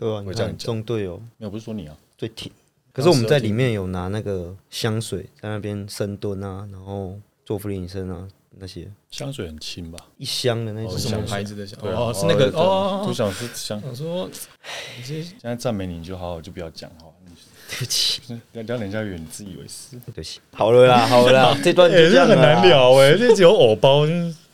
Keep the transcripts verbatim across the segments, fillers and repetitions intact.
对啊， 会这样讲。 中队友没有，不是说你啊， 最挺。可是我们在里面有拿那个香水在那边深蹲啊，然后做俯卧撑啊那些。 香水很轻吧？ 一箱的那种。 是什么牌子的香？ 哦， 是那个哦， 就想是香。 我说， 现在赞美你就好好就不要讲哈。 对不起， 聊聊人家远，你自以为是。 对不起，好了啦，好了啦，这段就这样很难聊哎、欸，这只有偶包。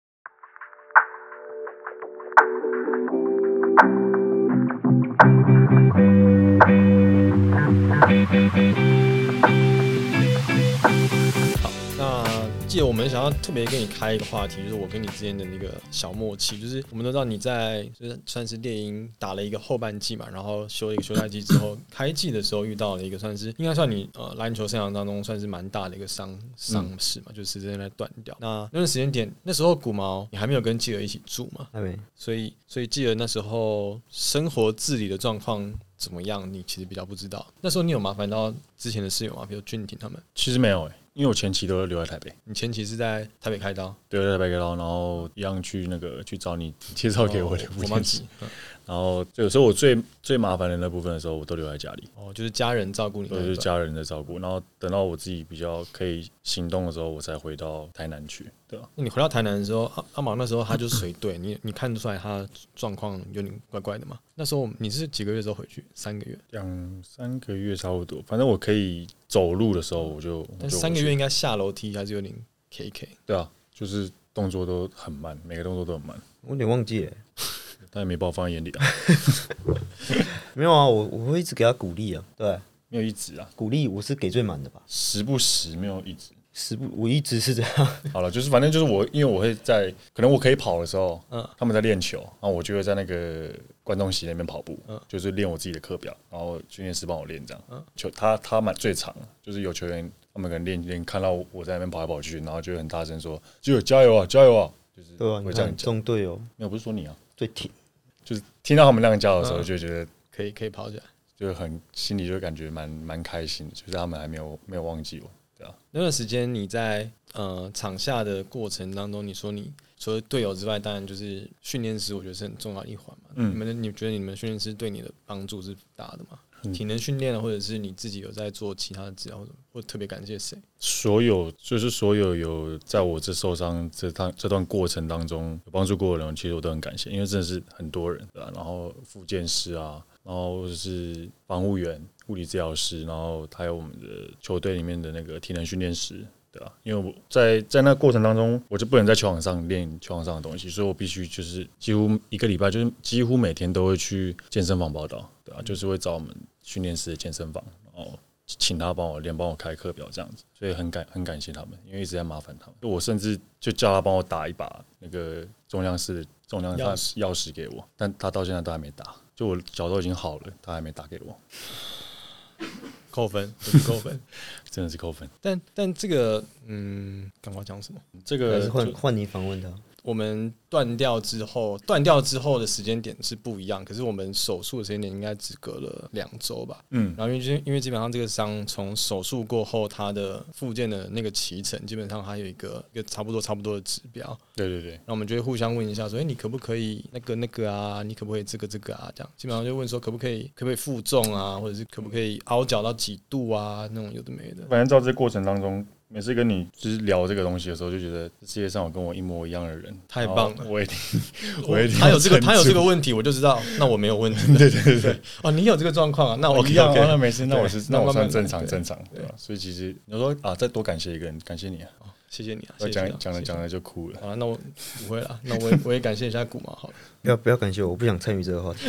好，那记得我们想要特别跟你开一个话题，就是我跟你之间的那个小默契，就是我们都知道你在就是算是猎鹰打了一个后半季嘛，然后休了一个休赛季之后，开季的时候遇到了一个算是应该算你呃篮球生涯当中算是蛮大的一个伤伤势嘛，嗯、就是正在断掉。那那段时间点，那时候古毛你还没有跟继儿一起住嘛？ 还没。 所以所以继儿那时候生活自理的状况怎么样？你其实比较不知道。那时候你有麻烦到之前的室友吗？比如俊廷他们？ 其实没有哎、欸，因为我前期都留在台北。 你前期是在台北开刀？ 对，在台北开刀，然后一样去那个去找你介绍给我的复健师。哦然后有时候我最最麻烦的那部分的时候，我都留在家里。 哦，就是家人照顾你， 对，就是家人的照顾。然后等到我自己比较可以行动的时候，我才回到台南去。对吧？ 那你回到台南的时候，阿阿毛那时候他就随队，你你看得出来他状况有点怪怪的吗？那时候你是几个月之后回去？三个月？ 两三个月差不多。反正我可以走路的时候，我就。 但三个月应该下楼梯还是有点 K K。 对啊，就是动作都很慢，每个动作都很慢。 我有点忘记了。 但也没把我放在眼里啊。 没有啊，我我会一直给他鼓励啊，对， 没有一直啊， 鼓励我是给最满的吧， 时不时没有一直， 时不我一直是这样。 好了，就是反正就是我，因为我会在可能我可以跑的时候，嗯，他们在练球，然后我就会在那个观众席那边跑步，嗯，就是练我自己的课表，然后训练师帮我练这样，嗯，球他他蛮最长，就是有球员他们可能练练看到我在那边跑来跑去，然后就很大声说，就加油啊加油啊，就是会这样讲。 中队友， 没有不是说你啊， 最挺。 就是听到他们那样叫的时候，就觉得可以可以跑起来， 就很心里就感觉蛮蛮开心的，就是他们还没有没有忘记我，对啊。 那段时间你在呃场下的过程当中，你说你除了队友之外，当然就是训练师，我觉得是很重要的一环嘛。嗯，你们你觉得你们训练师对你的帮助是大的吗？嗯、体能训练，或者是你自己有在做其他的治疗，或特别感谢谁？ 所有就是所有有在我这受伤这趟这段过程当中有帮助过的人，其实我都很感谢，因为真的是很多人，对吧、啊？然后复健师啊，然后就是防护员、物理治疗师，然后还有我们的球队里面的那个体能训练师。对啊，因为我在在那个过程当中，我就不能在球场上练球场上的东西，所以我必须就是几乎一个礼拜，就是几乎每天都会去健身房报道，对啊，就是会找我们训练师的健身房，然后请他帮我练，帮我开课表这样子，所以很感很感谢他们，因为一直在麻烦他们。我甚至就叫他帮我打一把那个重量式的重量钥匙钥匙给我，但他到现在都还没打，就我脚都已经好了，他还没打给我。 扣分，就是扣分， 真的是扣分。 但但这个，嗯，刚刚讲什么？ 这个还是换换你访问他。 我们断掉之后，断掉之后的时间点是不一样，可是我们手术的时间点应该只隔了两周吧。嗯，然后因为因为基本上这个伤从手术过后，它的复健的那个期程，基本上它有一个一个差不多差不多的指标。 对对对。 然后我们就会互相问一下说，哎、欸，你可不可以那个那个啊？你可不可以这个这个啊？这样基本上就问说可不可以可不可以负重啊，或者是可不可以凹脚到几度啊？那种有的没的。 反正在这过程当中。每次跟你就是聊这个东西的时候，就觉得世界上有跟我一模一样的人， 太棒了！ 我一定，我一定。 他有这个，他有这个问题，我就知道，那我没有问题。 对对对对， 哦，你有这个状况啊？那我 OK OK， 那没事，那我是那我算正常正常，对吧？所以其实你说啊，再多感谢一个人，感谢你啊， 谢谢你啊！ 讲讲了讲了就哭了。 好了，那我不会了，那我也我也感谢一下古毛好了。 不要不要感谢我，我不想参与这个话题。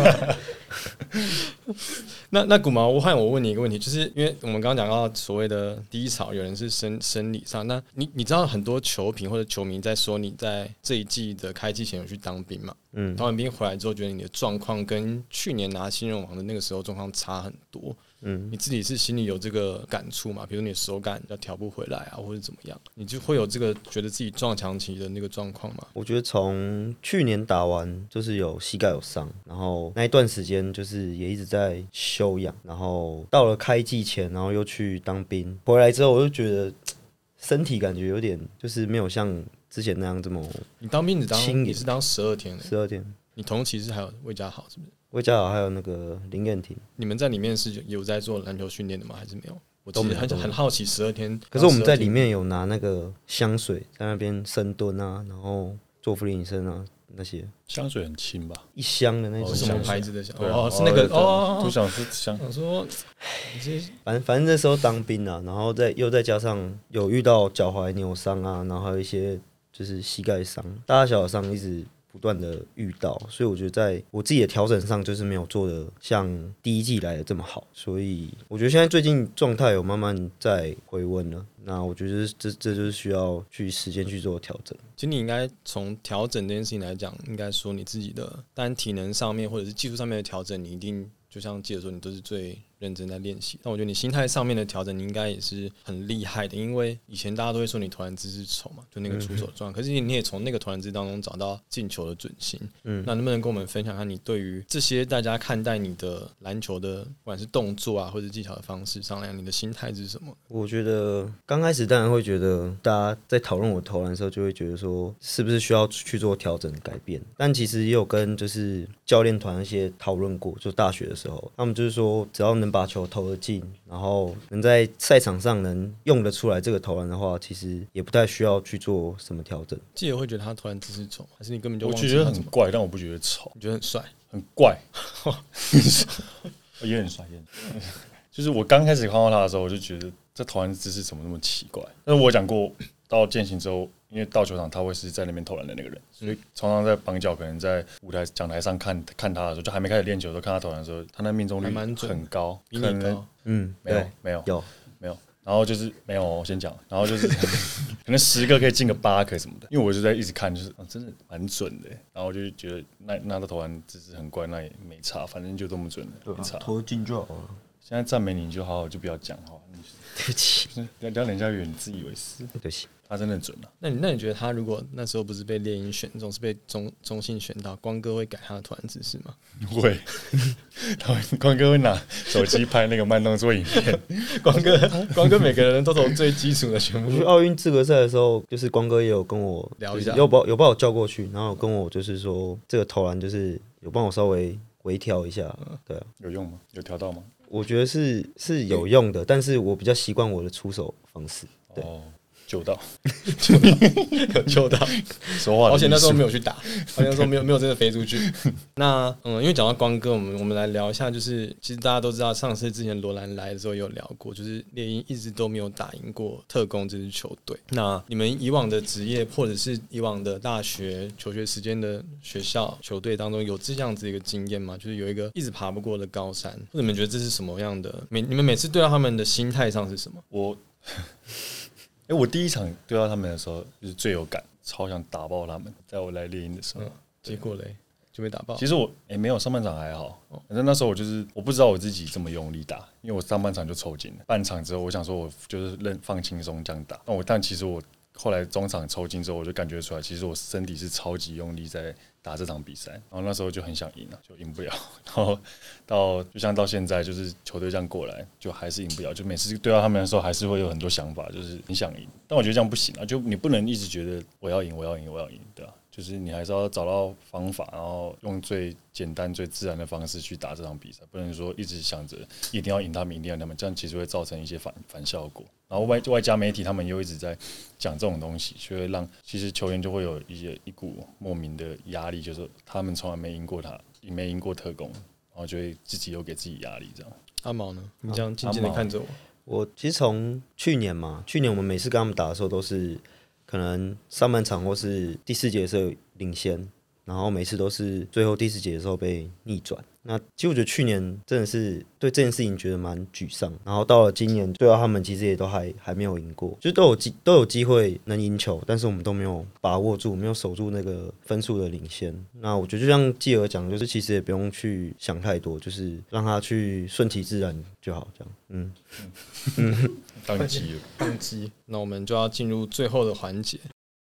那那古毛，我换我问你一个问题，就是因为我们刚刚讲到所谓的低潮，有人是生生理上，那你你知道很多球评或者球迷在说你在这一季的开季前有去当兵嘛？嗯，当完兵回来之后，觉得你的状况跟去年拿新人王的那个时候状况差很多。嗯，你自己是心里有这个感触嘛？比如你的手感要调不回来啊，或者怎么样，你就会有这个觉得自己撞墙期的那个状况吗？ 我觉得从去年打完就是有膝盖有伤，然后那一段时间就是也一直在休养，然后到了开季前，然后又去当兵，回来之后我就觉得身体感觉有点就是没有像之前那样这么。 你当兵只当你是当十二天， 十二天。 你同期是还有魏家豪是不是？ 魏家豪还有那个林彦廷。 你们在里面是有在做篮球训练的吗？还是没有？我其实很很好奇，十二天。 可是我们在里面有拿那个香水在那边深蹲啊，然后做俯卧撑啊那些。 香水很轻吧？ 一箱的那种。 是什么牌子的香？ 哦， 是那个哦， 我想是香。 我说， 反正反正那时候当兵啊，然后再又再加上有遇到脚踝扭伤啊，然后还有一些就是膝盖伤，大大小小伤一直不断的遇到，所以我觉得在我自己的调整上就是没有做的像第一季来的这么好，所以我觉得现在最近状态有慢慢在回温了。那我觉得这这就是需要去时间去做调整。 其实你应该从调整这件事情来讲，应该说你自己的单体能上面或者是技术上面的调整，你一定就像记者说，你都是最认真在练习。但我觉得你心态上面的调整，你应该也是很厉害的，因为以前大家都会说你投篮姿势丑嘛，就那个出手状，嗯、可是你也从那个投篮姿势当中找到进球的准心。嗯，那能不能跟我们分享下你对于这些大家看待你的篮球的，不管是动作啊或者技巧的方式上来，你的心态是什么？ 我觉得刚开始当然会觉得，大家在讨论我投篮的时候，就会觉得说是不是需要去做调整改变。但其实也有跟就是教练团那些讨论过，就大学的时候，他们就是说，只要能把球投得进，然后能在赛场上能用得出来这个投篮的话，其实也不太需要去做什么调整。 记者会觉得他投篮姿势丑，还是你根本就忘记？ 我觉得很怪，但我不觉得丑。 你觉得很帅？ 很怪，也很帅，也很帅。就是我刚开始看到他的时候，我就觉得这投篮姿势怎么那么奇怪。但是我讲过，到践行之后，因为到球场他会是在那边投篮的那个人，所以常常在绑脚，可能在舞台讲台上看看他的时候，就还没开始练球的时候，看他投篮的时候，他那命中率很高， 比你高。 嗯， 没有，没有， 有， 没有。然后就是没有，我先讲，然后就是可能十个可以进个八个什么的，因为我就在一直看，就是、啊、真的蛮准的。然后我就觉得那那他投篮姿势很怪，那也没差，反正就这么准了，没差， 投进就好了。 现在赞美你就好好就不要讲哈， 对不起， 不要聊人家远，自以为是。 对不起， 他真的准啊。 那你那你觉得他如果那时候不是被猎鹰选中，是被中中信选到，光哥会改他的投篮姿势吗？ 会，光哥会拿手机拍那个慢动作影片。 光哥，光哥每个人都从最基础的全部。 去奥运资格赛的时候，就是光哥也有跟我聊一下， 有把有把我叫过去，然后有跟我就是说这个投篮就是有帮我稍微微调一下，对啊， 有用吗？有调到吗？ 我觉得是是有用的，但是我比较习惯我的出手方式。对， 哦，救到， 救到，有救到。 说话， 而且那时候没有去打，而且那时候没有没有真的飞出去。那嗯，因为讲到光哥，我们我们来聊一下，就是其实大家都知道，上次之前罗兰来的时候有聊过，就是猎鹰一直都没有打赢过特攻这支球队。那你们以往的职业或者是以往的大学求学时间的学校球队当中，有这样子一个经验吗？就是有一个一直爬不过的高山，或者你们觉得这是什么样的？每你们每次对到他们的心态上是什么？ 我。哎、欸，我第一场对到他们的时候，就是最有感，超想打爆他们。在我来猎鹰的时候，嗯、 结果嘞就被打爆。 其实我哎、欸、没有上半场还好，反正那时候我就是我不知道我自己这么用力打，因为我上半场就抽筋了。半场之后，我想说我就是认放轻松这样打。那我但其实我后来中场抽筋之后，我就感觉出来，其实我身体是超级用力在打这场比赛。然后那时候就很想赢了，就赢不了。然后到就像到现在，就是球队这样过来，就还是赢不了。就每次对到他们的时候，还是会有很多想法，就是很想赢。但我觉得这样不行啊，就你不能一直觉得我要赢，我要赢，我要赢，对吧、啊？就是你还是要找到方法，然后用最简单、最自然的方式去打这场比赛，不能说一直想着一定要赢他们，一定要赢他们，这样其实会造成一些反反效果。然后外外加媒体他们又一直在讲这种东西，就会让其实球员就会有一些一股莫名的压力，就是他们从来没赢过他，也没赢过特攻，然后就会自己又给自己压力这样。 阿毛呢？你这样静静的看着我。 我其实从去年嘛，去年我们每次跟他们打的时候都是。可能上半场或是第四节的时候领先，然后每次都是最后第四节的时候被逆转。那其实我觉得去年真的是对这件事情觉得蛮沮丧，然后到了今年对到他们其实也都还还没有赢过，就是都有机都有机会能赢球，但是我们都没有把握住，没有守住那个分数的领先。那我觉得就像继儿讲，就是其实也不用去想太多，就是让他去顺其自然就好，这样。嗯嗯，当机了， 当机。那我们就要进入最后的环节。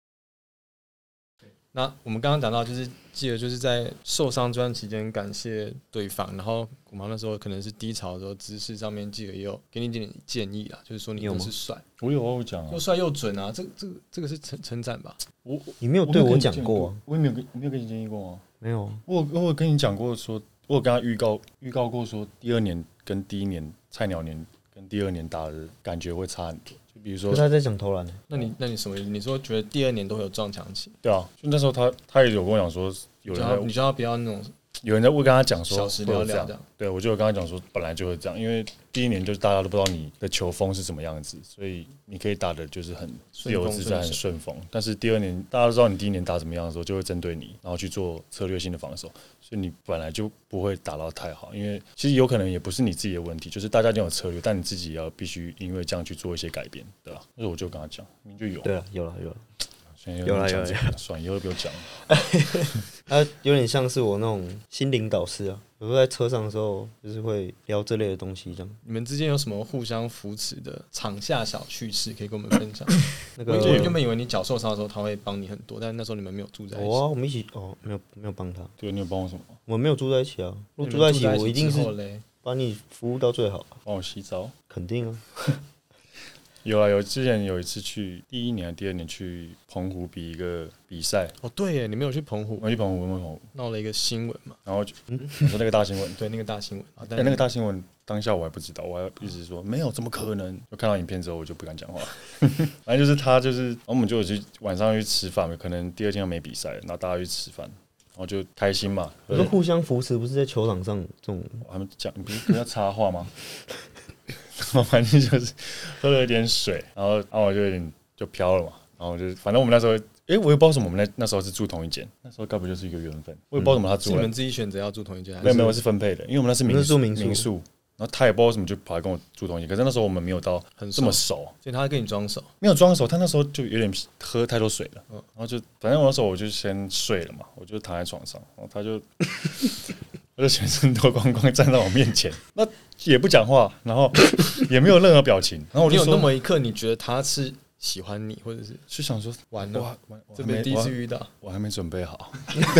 那我们刚刚讲到，就是记得就是在受伤这段期间感谢对方，然后古毛那时候可能是低潮的时候，姿势上面记得也有给你一点建议啦，就是说你都是帅， 我有我讲、啊， 又帅又准啊，这这个这个是称称赞吧？ 我你没有对我讲过、啊， 我也没有跟没有跟你建议过啊， 没有， 我我有跟你讲过说我有跟他预告预告过说，第二年跟第一年菜鸟年跟第二年打的感觉会差很多。就比如说， 他在讲投篮， 那你那你什么意思？你说觉得第二年都会有撞墙期？ 对啊，就那时候他他也有跟我讲说，有人在你就要不要那种有人在会跟他讲说小时聊聊这样。 对，我就有跟他讲说，本来就会这样，因为第一年就是大家都不知道你的球风是什么样子，所以你可以打的就是很自由自在、很顺风。但是第二年大家都知道你第一年打怎么样的时候，就会针对你，然后去做策略性的防守，所以你本来就不会打到太好。因为其实有可能也不是你自己的问题，就是大家已经有策略，但你自己要必须因为这样去做一些改变，对吧？所以我就跟他讲，明明就有。 对了，有了，有了。 有了有了， 算以后不要讲。 他有点像是我那种心灵导师啊，有时候在车上的时候，就是会聊这类的东西，这样。 你们之间有什么互相扶持的场下小趣事可以跟我们分享？ 那个我原本以为你脚受伤的时候他会帮你很多，但那时候你们没有住在一起。 哦啊，我们一起哦，没有没有帮他。 对，你有帮我什么？ 我们没有住在一起啊。如果住在一起，我一定是把你服务到最好。 帮我洗澡？ 肯定啊。 有啊，有之前有一次去第一年还第二年去澎湖比一个比赛。 哦，对耶，你没有去澎湖？ 我去澎湖，我去澎湖闹了一个新闻嘛。 然后就，嗯，我说那个大新闻， 对，那个大新闻。 哎、欸，那个大新闻当下我还不知道，我还一直说没有，怎么可能？就看到影片之后，我就不敢讲话。反正就是他就是，然后我们就有去晚上去吃饭，可能第二天要没比赛，然后大家去吃饭，然后就开心嘛。 我说互相扶持，不是在球场上这种。 我还没讲，你不是不要插话吗？反正就是喝了一点水，然后然后我就有点就飘了嘛，然后就反正我们那时候，哎、欸，我也不知道为什么我们那那时候是住同一间，那时候该不就是一个缘分，我也不知道怎么他住、 嗯。是你们自己选择要住同一间？ 没有没有，是分配的，因为我们那是民宿民宿，民宿然后他也不知道为什么就跑来跟我住同一间，可是那时候我们没有到这么熟， 所以他跟你装熟， 没有装熟，他那时候就有点喝太多水了，嗯、然后就反正我那时候我就先睡了嘛，我就躺在床上，然后他就。他就全身脱光光站在我面前，那也不讲话，然后也没有任何表情。然后我就说：“ 你有那么一刻，你觉得他是喜欢你，或者是就想说完了，这边第一次遇到， 我还没准备好。”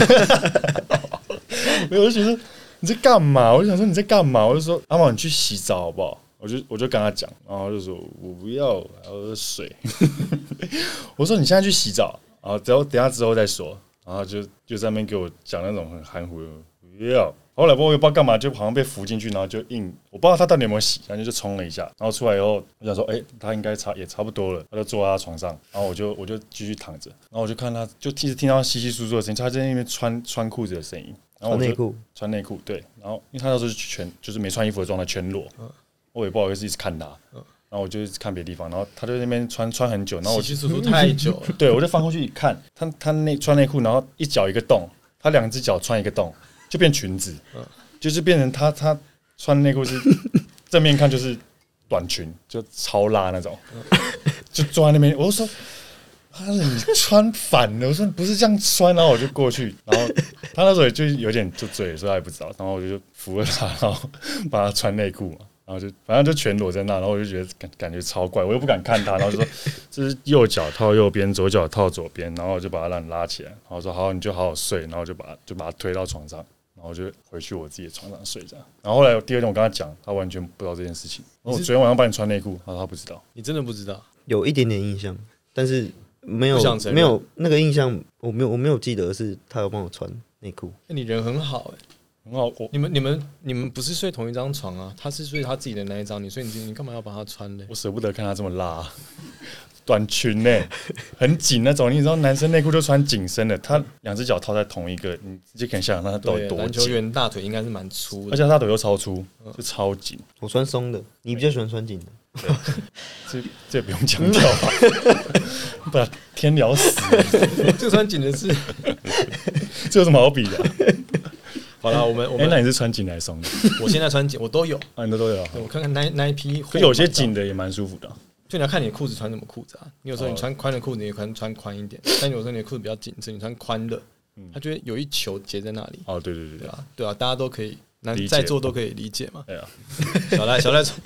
我就觉得你在干嘛？我就想说你在干嘛？我就说阿毛，你去洗澡好不好？我就我就跟他讲，然后就说我不要，我要喝水。我说你现在去洗澡，然后只要等一下之后再说。然后就就在那边给我讲那种很含糊的。不要，后来我也不知道干嘛，就好像被扶进去，然后就硬，我不知道他到底有没有洗，反正就冲了一下，然后出来以后，我想说，哎、欸，他应该差也差不多了，他就坐在他床上，然后我就我就继续躺着，然后我就看他，就一直听到稀稀疏疏的声音，他在那边穿穿裤子的声音，然后我就穿内裤， 穿内裤，对，然后因为他那时候是全就是没穿衣服的状态，全裸，我也不好意思一直看他，然后我就一直看别的地方，然后他就在那边穿穿很久，然后我稀稀疏疏太久了， 对我就翻过去一看，他他内穿内裤，然后一脚一个洞，他两只脚穿一个洞。就变裙子，就是变成他他穿内裤是正面看就是短裙，就超辣那种，就坐在那边，我就说，妈的你穿反了，我说不是这样穿，然后我就过去，然后他那时候就有点就醉，所以他也不知道，然后我就扶了他，然后帮他穿内裤嘛，然后就反正就全裸在那，然后我就觉得感感觉超怪，我又不敢看他，然后就说这是右脚套右边，左脚套左边，然后我就把他让你拉起来，然后我说好，你就好好睡，然后就把就把他推到床上。然后我就回去我自己的床上睡着。然后后来第二天我跟他讲，他完全不知道这件事情。然后我昨天晚上帮你穿内裤，他说他不知道。 你真的不知道？ 有一点点印象，但是没有没有那个印象，我没有我没有记得是他有帮我穿内裤。 那你人很好哎、 欸，很好。你们你们你们不是睡同一张床啊？他是睡他自己的那一张，你睡你你干嘛要帮他穿呢？ 我舍不得看他这么辣、啊。短裙呢、欸，很紧那种，你知道男生内裤都穿紧身的，他两只脚套在同一个，你就可以想想他到底多紧。 篮球员大腿应该是蛮粗的， 而且他腿又超粗，就超紧。 我穿松的，你比较喜欢穿紧的。 这这也不用强调吧，把天聊死。 这穿紧的是， 这有什么好比的、啊？ 好了，我们我们、 欸、那你是穿紧还是松的？ 我现在穿紧，我都有啊，你都都有。 我看看那那一批， 可有些紧的也蛮舒服的、啊。 就你要看你的裤子穿什么裤子啊？你有时候你穿宽的裤子，你可能穿宽一点；但有时候你的裤子比较紧身，你穿宽的，它就会有一球结在那里。 哦，对对对对啊，对啊，大家都可以，那在座都可以理解嘛。 对啊， 小赖小赖穿，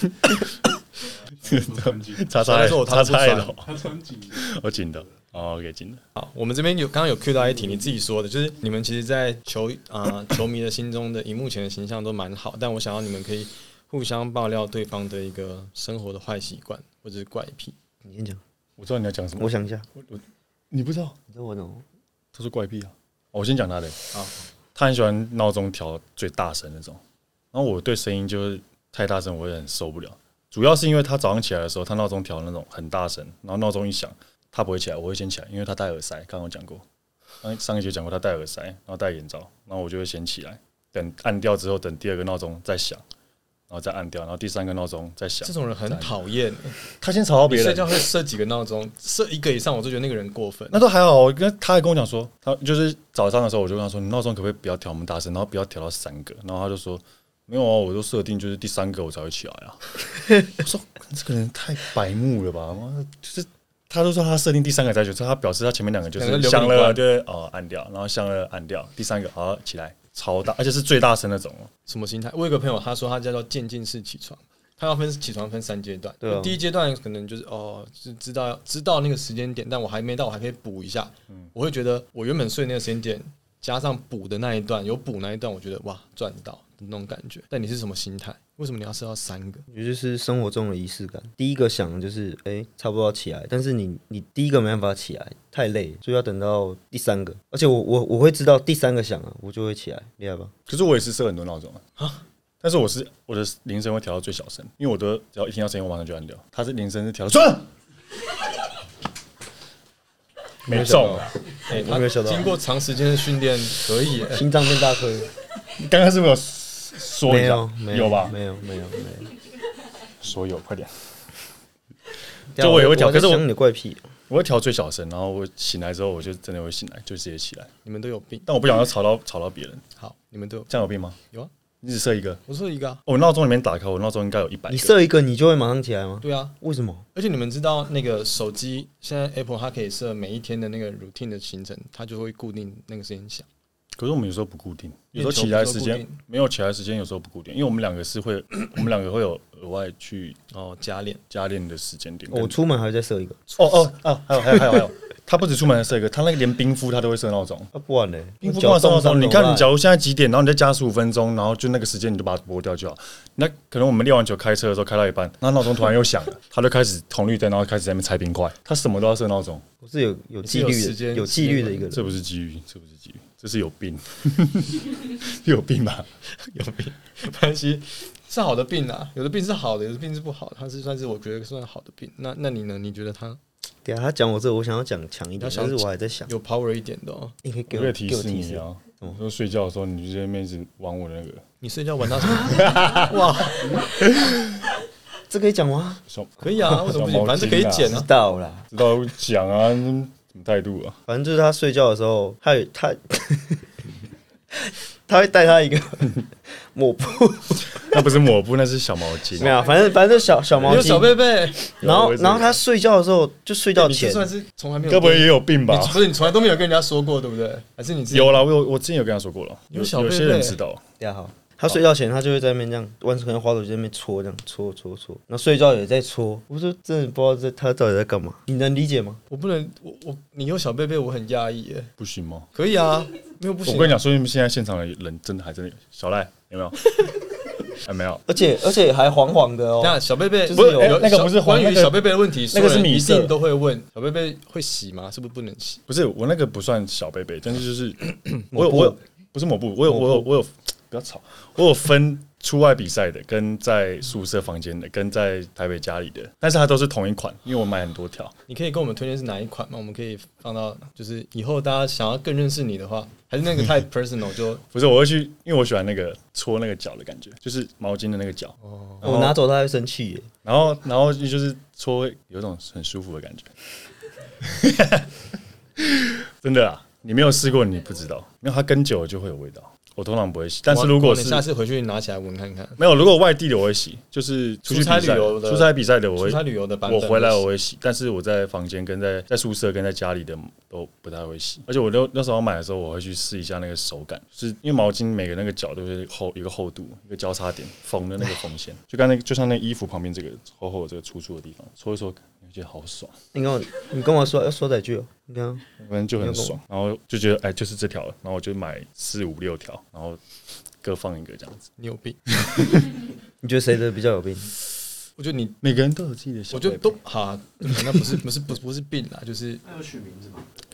叉叉说，叉叉的， 他穿紧的， 我紧的。哦 ，OK， 紧的。 好，我们这边有刚刚有 Q 到一题，你自己说的，就是你们其实，在球啊、呃、球迷的心中的荧幕前的形象都蛮好，但我想要你们可以互相爆料对方的一个生活的坏习惯或者是怪癖。 你先讲， 我知道你要讲什么。 我想一下， 我我你不知道？ 你知道我懂？ 他说怪癖啊。我先讲他的。 好， 他很喜欢闹钟调最大声那种，然后我对声音就是太大声，我也很受不了。主要是因为他早上起来的时候，他闹钟调那种很大声，然后闹钟一响，他不会起来，我会先起来，因为他戴耳塞，刚刚我讲过，上一节讲过他戴耳塞，然后戴眼罩，然后我就会先起来，等按掉之后，等第二个闹钟再响，然后再按掉，然后第三个闹钟再响。 这种人很讨厌， 他先吵到别人。 睡觉会设几个闹钟，设一个以上，我就觉得那个人过分。 那都还好，跟他还跟我讲说，他就是早上的时候，我就跟他说，你闹钟可不可以不要调那么大声，然后不要调到三个，然后他就说。没有啊，我都设定就是第三个我才会起来啊。我说这个人太白目了吧？就是他都说他设定第三个才起，他表示他前面两个就是响了就哦按掉，然后响了按掉，第三个好起来超大，而且是最大声那种。 什么心态？我有个朋友他说他叫做渐进式起床，他要分起床分三阶段。 对啊、 第一阶段可能就是哦，是知道知道那个时间点，但我还没到，我还可以补一下。嗯、我会觉得我原本睡那个时间点。加上补的那一段，有补那一段，我觉得哇赚到的那种感觉。但你是什么心态？为什么你要设到三个？ 也就是生活中的仪式感。第一个想的就是哎、欸，差不多要起来，但是你你第一个没办法起来，太累，所以要等到第三个。而且我我我会知道第三个响了，我就会起来，厉害吧？ 可是我也是设很多闹钟啊，但是我是我的铃声会调到最小声，因为我都只要一听到声音，我马上就按掉。他是铃声是调到转。没中， 哎，他经过长时间的训练，可以心脏变大颗。 刚刚是不是有说一下？ 没有， 有吧？ 没有，没有，没有。 说有，快点。就我也会调，可是我你的怪癖， 我会调最小声，然后我醒来之后，我就真的会醒来，就直接起来。 你们都有病， 但我不想要吵到吵到别人。 好，你们都有这样有病吗？ 有啊。 你只设一个， 我设一个啊。 我闹钟里面打开，我闹钟应该有一百。 你设一个，你就会马上起来吗？ 对啊。 为什么？ 而且你们知道，那个手机现在 Apple 它可以设每一天的那个 routine 的行程，它就会固定那个时间响。 可是我们有时候不固定，有时候起来时间没有起来时间，有时候不固定，因为我们两个是会，我们两个会有额外去哦加练加练的时间点。 我出门还会再设一个。 哦哦啊，还有还有还有还有。他不止出门设一个，他那个连冰敷他都会设闹钟。 他不玩嘞， 冰敷干嘛设闹钟？你看，你假如现在几点，然后你再加十五分钟，然后就那个时间你就把它拨掉就好。那可能我们练完球开车的时候开到一半，那闹钟突然又响了，他就开始红绿灯，然后开始在那边拆冰块。他什么都要设闹钟。 我是有有纪律的，有纪律的一个人。 这不是纪律，这不是纪律，这是有病，有病吧？ 有病，没关系，是好的病啊。有的病是好的，有的病是不好的。他是算是我觉得算好的病。那那你呢？你觉得他？ 对啊，他讲我这个，我想要讲强一点，但是我还在想有 power 一点的哦。 你可以给我我提示你啊，我说睡觉的时候你就在那边一直玩我的那个。 你睡觉玩到什么？哇， 这可以讲吗？ 可以啊，为什么不行？反正可以剪啊。 知道啦， 知道讲啊，什么态度啊？ 反正就是他睡觉的时候，他有他他会带他一个抹布。 那不是抹布，那是小毛巾。 没有，反正反正就小小毛巾。 有小贝贝。 然后然后他睡觉的时候，就睡觉前， 你算是从来没有。 该不会也有病吧？ 不是，你从来都没有跟人家说过，对不对？还是你自己有啦，我有我之前有跟他说过了。 有小贝贝， 有些人知道。 大家好。他睡觉前，他就会在那边这样，完可能滑手机在那边搓，这样搓搓搓，然后睡觉也在搓。我说真的不知道这他到底在干嘛，你能理解吗？ 我不能，我我你有小贝贝，我很压抑耶。 不行吗？ 可以啊，没有不行、啊。 我跟你讲，说明现在现场的人真的还真的有小赖有没有？还没有， 而且而且还黄黄的哦。 那小贝贝就是有、 欸、那个不是关于小贝贝的问题， 那个是米色， 一定都会问小贝贝会洗吗？是不是不能洗？ 不是，我那个不算小贝贝，但是就是我有我有不是抹布，我有我有我有不要吵，我有分。出外比赛的，跟在宿舍房间的，跟在台北家里的，但是它都是同一款，因为我买很多条。 你可以跟我们推荐是哪一款吗？我们可以放到，就是以后大家想要更认识你的话，还是那个太 personal 就不是，我会去，因为我喜欢那个搓那个脚的感觉，就是毛巾的那个脚。 哦，我拿走他会生气耶。 然后，然后就是搓，有一种很舒服的感觉。真的啊，你没有试过，你不知道，因为它跟久了就会有味道。我通常不会洗，但是如果是下次回去拿起来闻看看。 没有，如果外地的我会洗，就是出去比赛、 出差旅游的、 出差比赛的我会， 出差旅游的版本我回来我会洗，但是我在房间跟在在宿舍跟在家里的都不太会洗。而且我那那时候买的时候，我会去试一下那个手感，是因为毛巾每个那个角都是厚一个厚度，一个交叉点缝的那个缝线，就刚那就像那衣服旁边这个厚厚的这个粗粗的地方，搓一搓。我觉得好爽！ 你跟我，你跟我说要说哪句哦？你看， 反正就很爽，然后就觉得哎，就是这条了，然后我就买四五六条，然后各放一个这样子。 你有病？ 你觉得谁的比较有病？ 我觉得你每个人都有自己的小， 我觉得都好、啊，那不是不是不是不是病啦，就是那有取名字吗？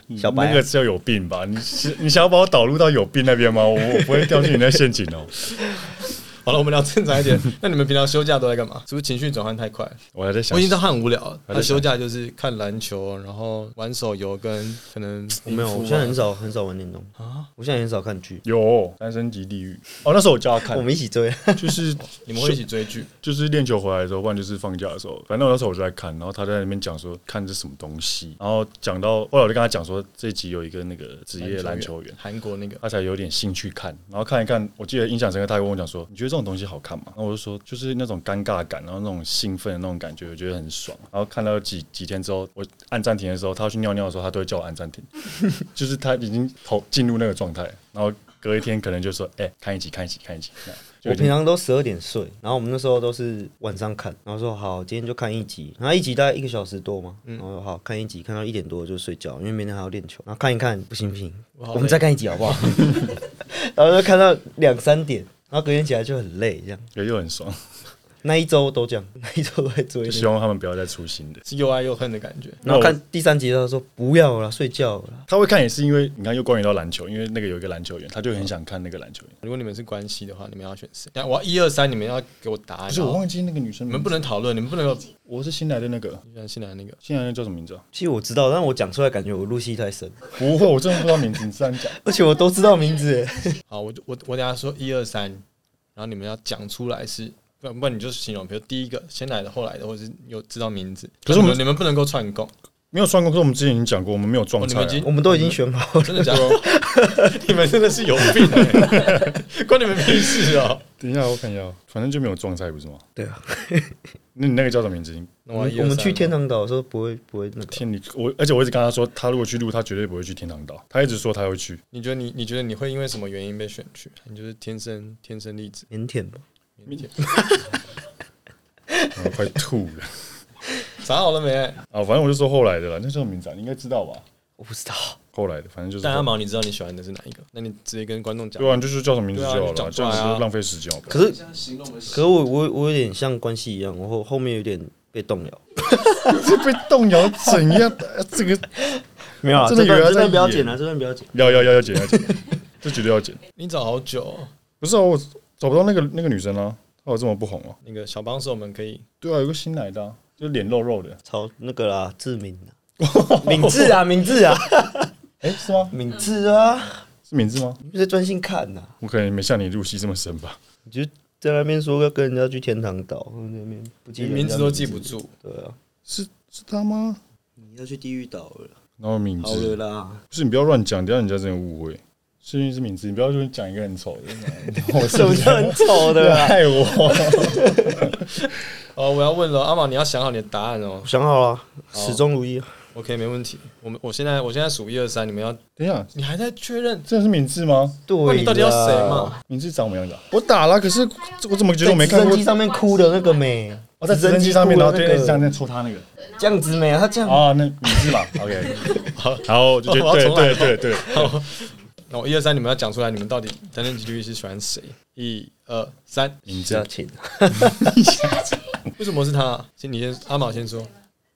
小白、啊、 那个是要有病吧？你你想要把我导入到有病那边吗？我我不会掉进你那陷阱哦。 好了，我们聊正常一点。那你们平常休假都在干嘛？是不是情绪转换太快？ 我还在想， 我已经知道他很无聊了。他休假就是看篮球，然后玩手游，跟可能我没有，我现在很少很少玩电动啊。我现在很少看剧。 有《单身级地狱》哦，那时候我叫他看， 我们一起追， 就是你们会一起追剧， 就是练球回来的时候，不然就是放假的时候。反正我那时候我就在看，然后他在那边讲说看这什么东西，然后讲到后来我就跟他讲说这一集有一个那个职业篮球员， 韩国那个， 他才有点兴趣看，然后看一看，我记得印象深刻，他还跟我讲说，你觉得这种东西好看吗？然后我就说，就是那种尴尬感，然后那种兴奋的那种感觉，我觉得很爽。然后看到几几天之后，我按暂停的时候，他要去尿尿的时候，他都会叫我按暂停，就是他已经投进入那个状态。然后隔一天可能就说，哎、欸，看一集，看一集，看一集。 我平常都十二点睡，然后我们那时候都是晚上看，然后说好，今天就看一集，然后一集大概一个小时多嘛，然后好看一集，看到一点多就睡觉，因为明天还要练球。然后看一看，不行不行，我们再看一集好不好？然后就看到两三点。然后隔天起来就很累，这样也又很爽。 那一周都这样，那一周都在追， 就希望他们不要再出新的， 是又爱又恨的感觉。 然后看第三集，他说不要了，睡觉了。 他会看也是因为你看又关于到篮球，因为那个有一个篮球员，他就很想看那个篮球员。 如果你们是关系的话，你们要选谁？我要一二三，你们要给我答案。 不是我忘记那个女生， 你们不能讨论，你们不能。 我是新来的那个， 你喜欢新来的那个， 新来的那个叫什么名字啊？ 其实我知道，但我讲出来感觉我入戏太深。 不会，我真的不知道名字，你自然讲。 而且我都知道名字。 好，我我我等下说一二三，然后你们要讲出来是。不然，不然你就形容，比如第一个先来的、后来的，或者是有知道名字。可是我们你们不能够串供， 没有串供。可是我们之前已经讲过，我们没有撞菜、啊哦，你们已经， 我们都已经选好了。 真的假的？你们真的是有病哎、欸！关你们屁事哦、喔！ 等一下，我看一下，反正就没有撞菜，不是吗？ 对啊。 那你那个叫什么名字？ 我们我们去天堂岛的时候不会不会那个。 天理，我而且我一直跟他说，他如果去录，他绝对不会去天堂岛。他一直说他会去。 你觉得你你觉得你会因为什么原因被选去？你就是天生天生丽质， 腼腆吧？ 腼腆。 我快吐了， 查好了没？ 啊，反正我就说后来的了，那叫什么名字啊？你应该知道吧？ 我不知道。 后来的，反正就是。 但阿毛，你知道你喜欢的是哪一个？那你直接跟观众讲。 对啊，就是叫什么名字就好了， 啊、 这样子浪费时间。 可是，可是我我我有点像关系一样，我后后面有点被动摇。 这被动摇怎样？这个没有啊，这段这段不要剪了，这段不要剪。 要要要要剪要剪，这绝对要剪。 你找好久、哦。 不是啊，我找不到那个那个女生啊。她有这么不红哦、啊？ 那个小帮手们可以。 对啊，有个新来的、啊，就是脸肉肉的， 超那个啦，志明啊，敏智啊，敏智啊， 哎、欸，是吗？ 敏智啊， 是敏智吗？ 你不是在专心看呐、啊？ 我可能没像你入戏这么深吧？ 你就在那边说要跟人家去天堂岛，那边不记名字都记不住。 对啊， 是是他吗？ 你要去地狱岛了。 然后敏智， 好了啦， 不是你不要乱讲，等下人家真的误会。是因为是名字，你不要就讲一个很丑的， 我是不是很丑的、啊？ 害我！ 哦，我要问了，阿毛，你要想好你的答案哦。 我想好了，始终如一。 OK， 没问题。我们我现在我现在数一二三，你们要等一下， 你还在确认？ 这是敏智吗？ 对， 那你到底要谁嘛？ 敏智长什么样子、啊？我打了，可是我怎么觉得我没看过？ 直升机上面哭的那个美， 我、哦、在直升机上面，然后对这样在戳他那个， 这样子美啊，他这样啊，那敏智吧 ，OK， 好，然后就觉得对对对对。 那我一二三，你们要讲出来，你们到底单身级率是喜欢谁？一二三， 林志请。 为什么是他？先你先，阿毛先说。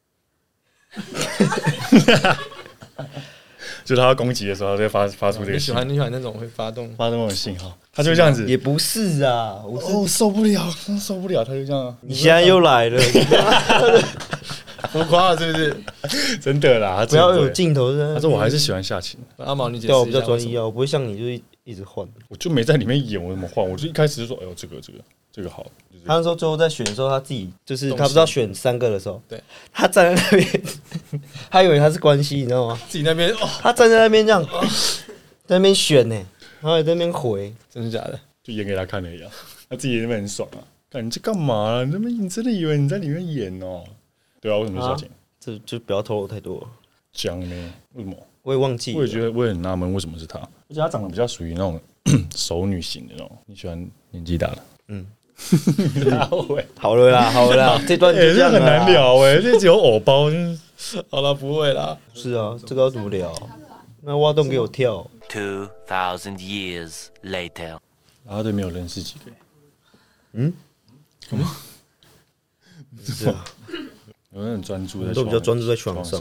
就是他要攻击的时候，他就发发出这个。 你喜欢你喜欢那种会发动发动那种信号，他就这样子。 也不是啊，我哦受不了，受不了，他就这样。 你现在又来了。 浮夸了是不是？ 真的啦， 不要有镜头。 他说我还是喜欢夏晴。 阿毛，你解释一下。 对我比较专一啊，我不会像你就是一直换。 我就没在里面演，我怎么换？我就一开始就说，哎呦，这个这个这个好。就是、 他说最后在选的时候，他自己就是他不知道选三个的时候， 对， 他站在那边，他以为他是关系，你知道吗？ 自己那边哦， 他站在那边这样，在那边选呢，然后在那边回， 真的假的？ 就演给他看的一样，他自己那边很爽啊。看你这干嘛、啊？你那边你真的以为你在里面演哦？对啊，为什么是夏晴？ 这就不要透露太多了。 讲呢？为什么？ 我也忘记。 我也觉得我也很纳闷，为什么是他？而且他长得比较属于那种熟女型的那种。你喜欢年纪大的？嗯。 好了啦，好了啦，这段就这样、 欸、很难聊哎、欸，这只有偶包。 好了，不会啦。 是啊，这个要怎么聊？那挖洞给我跳。 Two thousand years later， 然后对没有认识几个。 嗯？什么？是啊。 有人很专注在， 都比较专注在床上。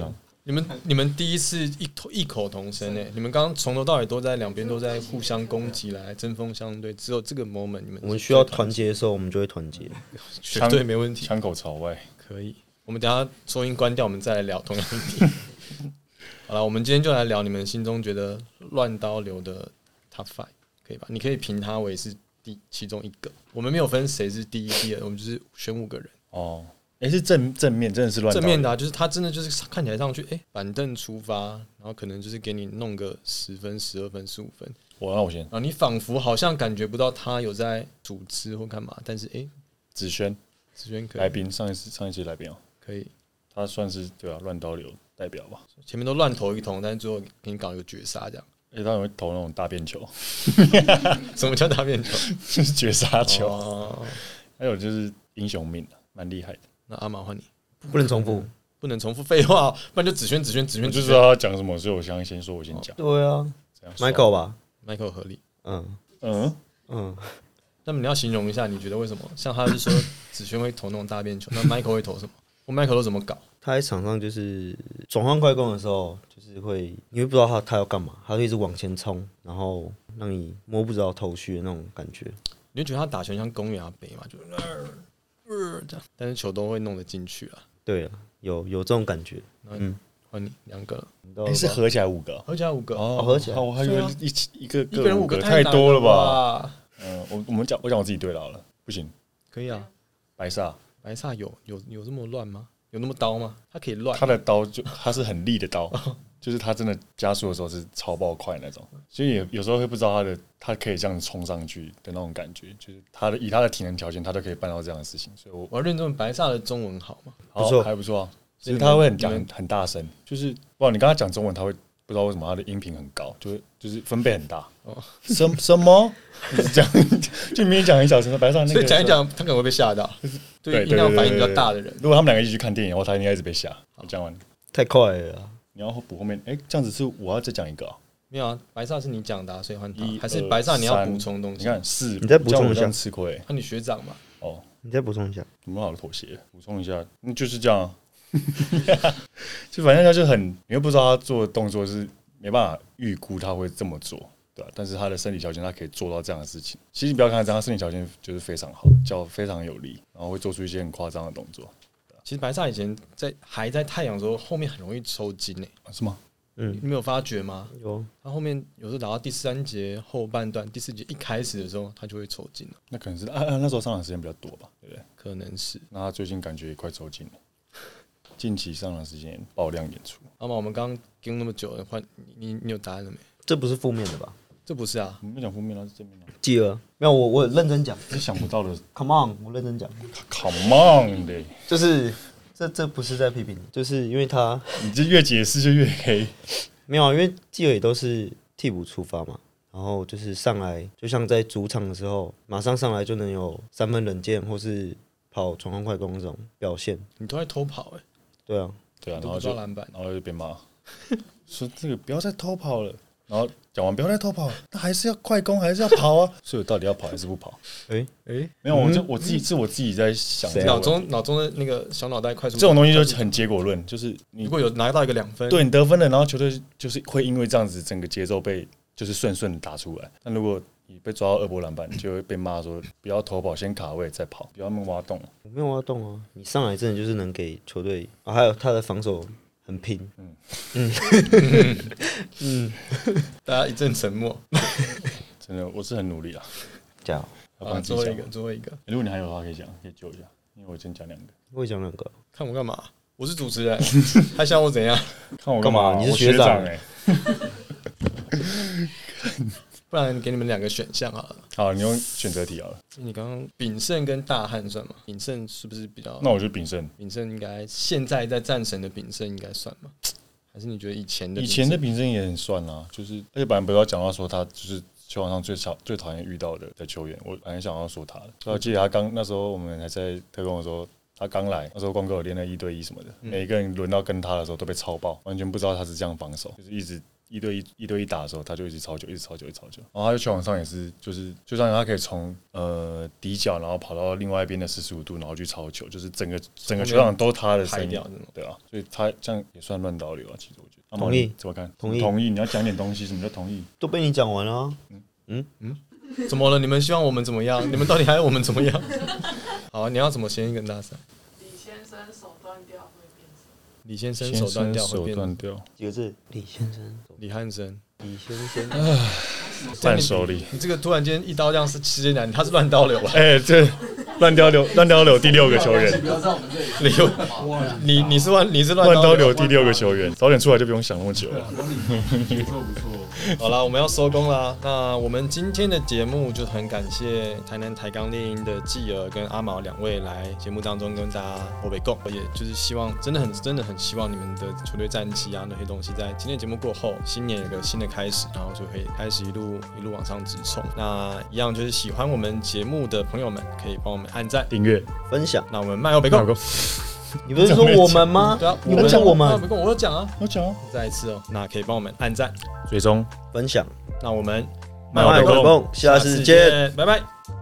你们你们第一次异异口同声哎，你们刚刚从头到尾都在两边都在互相攻击来针锋相对，只有这个 moment 你们我们需要团结的时候，我们就会团结， 绝对没问题， 枪口朝外， 可以。我们等一下收音关掉，我们再来聊同样的议题。好了，我们今天就来聊你们心中觉得乱刀流的 top five， 可以吧？你可以评他为是第其中一个，我们没有分谁是第一、第二，我们就是选五个人。 哦。哎、欸，是正正面，真的是乱正面的、啊，就是他真的就是看起来上去，哎、欸，板凳出发，然后可能就是给你弄个十分、十二分、十五分。 我那我先， 然后你仿佛好像感觉不到他有在组织或干嘛，但是哎，欸、 子轩， 子轩可以， 来宾上一次上一期来宾哦， 可以， 他算是对啊乱刀流代表吧， 前面都乱投一通，但是最后给你搞一个绝杀这样。 而且他会投那种大便球， 什么叫大便球？ 就是绝杀球。 哦、 还有就是英雄命蛮厉害的。 那阿毛换你， 不能重复， 不能重复废话，不然就子轩子轩子轩。 我就知道他讲什么，所以我想先说，我先讲。 对啊 ，Michael 吧 ，Michael 合理。 嗯嗯嗯。 那么你要形容一下，你觉得为什么？像他是说子轩会投那种大便球，那 Michael 会投什么？我 Michael 都怎么搞？ 他在场上就是转换快攻的时候，就是会你会不知道他他要干嘛，他就一直往前冲，然后让你摸不着头绪的那种感觉。 你就觉得他打球像公园阿北嘛，就。呃、这样，但是球都会弄得进去啊。 对啊，有有这种感觉。嗯， 换你两个了， 欸，是合起来五个， 合起来五个哦，合起来。 我还以为一起一个一个人五个太多了吧？ 嗯， 我我们讲我讲我自己对了好了，不行， 可以啊。 白煞， 白煞有有有这么乱吗？有那么刀吗？他可以乱， 他的刀就他是很利的刀。就是他真的加速的时候是超爆快那种，所以有时候会不知道他的他可以这样子冲上去的那种感觉，就是他的以他的体能条件，他都可以办到这样的事情。所以我我要认真白煞的中文好吗？ 不错，还不错啊。其实他会很讲很很大声，就是哇，你跟他讲中文，他会不知道为什么他的音频很高，就会就是分贝很大。哦，什什么？讲就明明讲很小声的白煞那个， 所以讲一讲，他可能会被吓到。对音量反应比较大的人， 如果他们两个一起去看电影的话，他应该一直被吓。我讲完， 太快了。 你要补后面，哎、欸，这样子是我要再讲一个啊？ 没有啊，白煞是你讲的、啊，所以换他。还是白煞你要补充东西？ 你看四， 你再补充一下， 吃亏。 那、啊、你学长嘛？ 哦， 你再补充一下， 怎么好的妥协？补充一下，那就是这样、啊。就反正他就很，你又不知道他做的动作是没办法预估他会这么做，对吧、啊？但是他的身体条件，他可以做到这样的事情。其实你不要看他这样，他身体条件就是非常好，脚非常有力，然后会做出一些很夸张的动作。 其实白煞以前在还在太阳的时候，后面很容易抽筋诶、 欸，是吗？ 嗯， 你没有发觉吗？ 有， 他后面有时候打到第三节后半段、第四节一开始的时候，他就会抽筋了。 那可能是啊啊，那时候上场时间比较多吧，对不对？ 可能是。 那他最近感觉也快抽筋了，近期上场时间爆量演出。 那么我们刚刚跟那么久了，换你，你有答案了没？ 这不是负面的吧？ 这不是啊， 我们讲负面了，是正面的。 继而没有我，我认真讲， 是想不到的。 Come on， 我认真讲。 Come on 的， 就是这这不是在批评，就是因为他， 你这越解释就越黑。 没有啊，因为继而也都是替补出发嘛，然后就是上来，就像在主场的时候，马上上来就能有三分冷箭或是跑传换快攻这种表现。 你都在偷跑哎、欸。 对啊， 对啊，然后就篮板， 然后就被骂，说这个不要再偷跑了。然后讲完不要再偷跑，那还是要快攻，还是要跑啊？所以我到底要跑还是不跑？ 哎哎、欸， 没有，我就我自己是我自己在想， 脑中脑中的那个小脑袋快速， 这种东西就很结果论，就是你如果有拿到一个两分， 对你得分了，然后球队就是会因为这样子整个节奏被就是顺顺的打出来。但如果你被抓到二波篮板，就会被骂说不要偷跑，先卡位再跑，不要那么挖洞。 我没有挖洞啊，你上来真的就是能给球队啊，还有他的防守很拼。嗯嗯嗯，大家一阵沉默。 真的，我是很努力啊， 加油！ 啊，最后一个，最后一个。 如果你还有的话可以讲，可以救一下，因为我先讲两个。 我也讲两个。 看我干嘛？我是主持人，还想我怎样？ 看我干嘛？ 你是学长哎。 不然给你们两个选项好了。 好，你用选择题好了。 你刚刚炳胜跟大汉算吗？炳胜是不是比较？ 那我觉得炳胜。 炳胜应该现在在战神的炳胜应该算吗？还是你觉得以前的？ 以前的炳胜也很算啊，就是而且本来不是要讲到说他就是球场上最少最讨厌遇到的的球员，我本来想要说他的。我记得他刚那时候我们还在特工的时候。他刚来那时候，光哥有练了一对一什么的，嗯、每一个人轮到跟他的时候都被超爆，完全不知道他是这样防守，就是一直一对一一对一打的时候，他就一直超久，一直超久，一直超久。然后他在球场上也是，就是就像他可以从呃底角，然后跑到另外一边的四十五度，然后去超球，就是整个整个球场都他的声音，对啊，所以他这样也算乱刀流啊。其实我觉得。 同意？ 怎么看？ 同意？ 同意？你要讲点东西，什么叫同意？ 都被你讲完了、啊。嗯嗯嗯，怎么了？你们希望我们怎么样？你们到底还要我们怎么样？好，你要怎么先一个大赛？ 李先生手断掉会变什么？ 李先生手断掉会变手断掉几个字？李先生， 李汉生， 李先生， 伴手礼。 你这个突然间一刀这样是直接讲，他是乱刀流吧？ 哎，这乱刀流，乱刀流第六个球员。 刘，你你是乱你是乱乱刀流第六个球员，早点出来就不用想那么久了。 不错不错。好了，我们要收工啦。那我们今天的节目就很感谢台南台钢猎鹰的季儿跟阿毛两位来节目当中跟大家欧北共，也就是希望真的很真的很希望你们的球队战绩啊那些东西，在今天节目过后，新年有个新的开始，然后就可以开始一路一路往上直冲。那一样就是喜欢我们节目的朋友们，可以帮我们按赞、 订阅、 分享。 那我们卖欧北共。 你不是说我们吗？ 对啊， 你不是我们， 我有讲啊， 我讲啊。 再一次哦，那可以帮我们按赞、 追踪、 分享。 那我们麦克风，下次见， 拜拜。